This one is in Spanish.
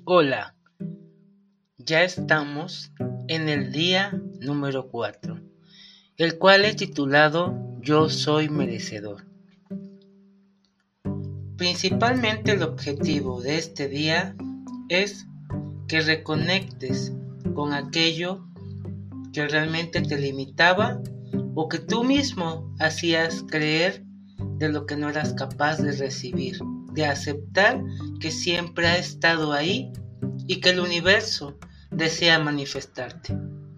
Hola, ya estamos en el día número 4, el cual es titulado Yo soy merecedor. Principalmente el objetivo de este día es que reconectes con aquello que realmente te limitaba o que tú mismo hacías creer de lo que no eras capaz de recibir, de aceptar que siempre ha estado ahí y que el universo desea manifestarte.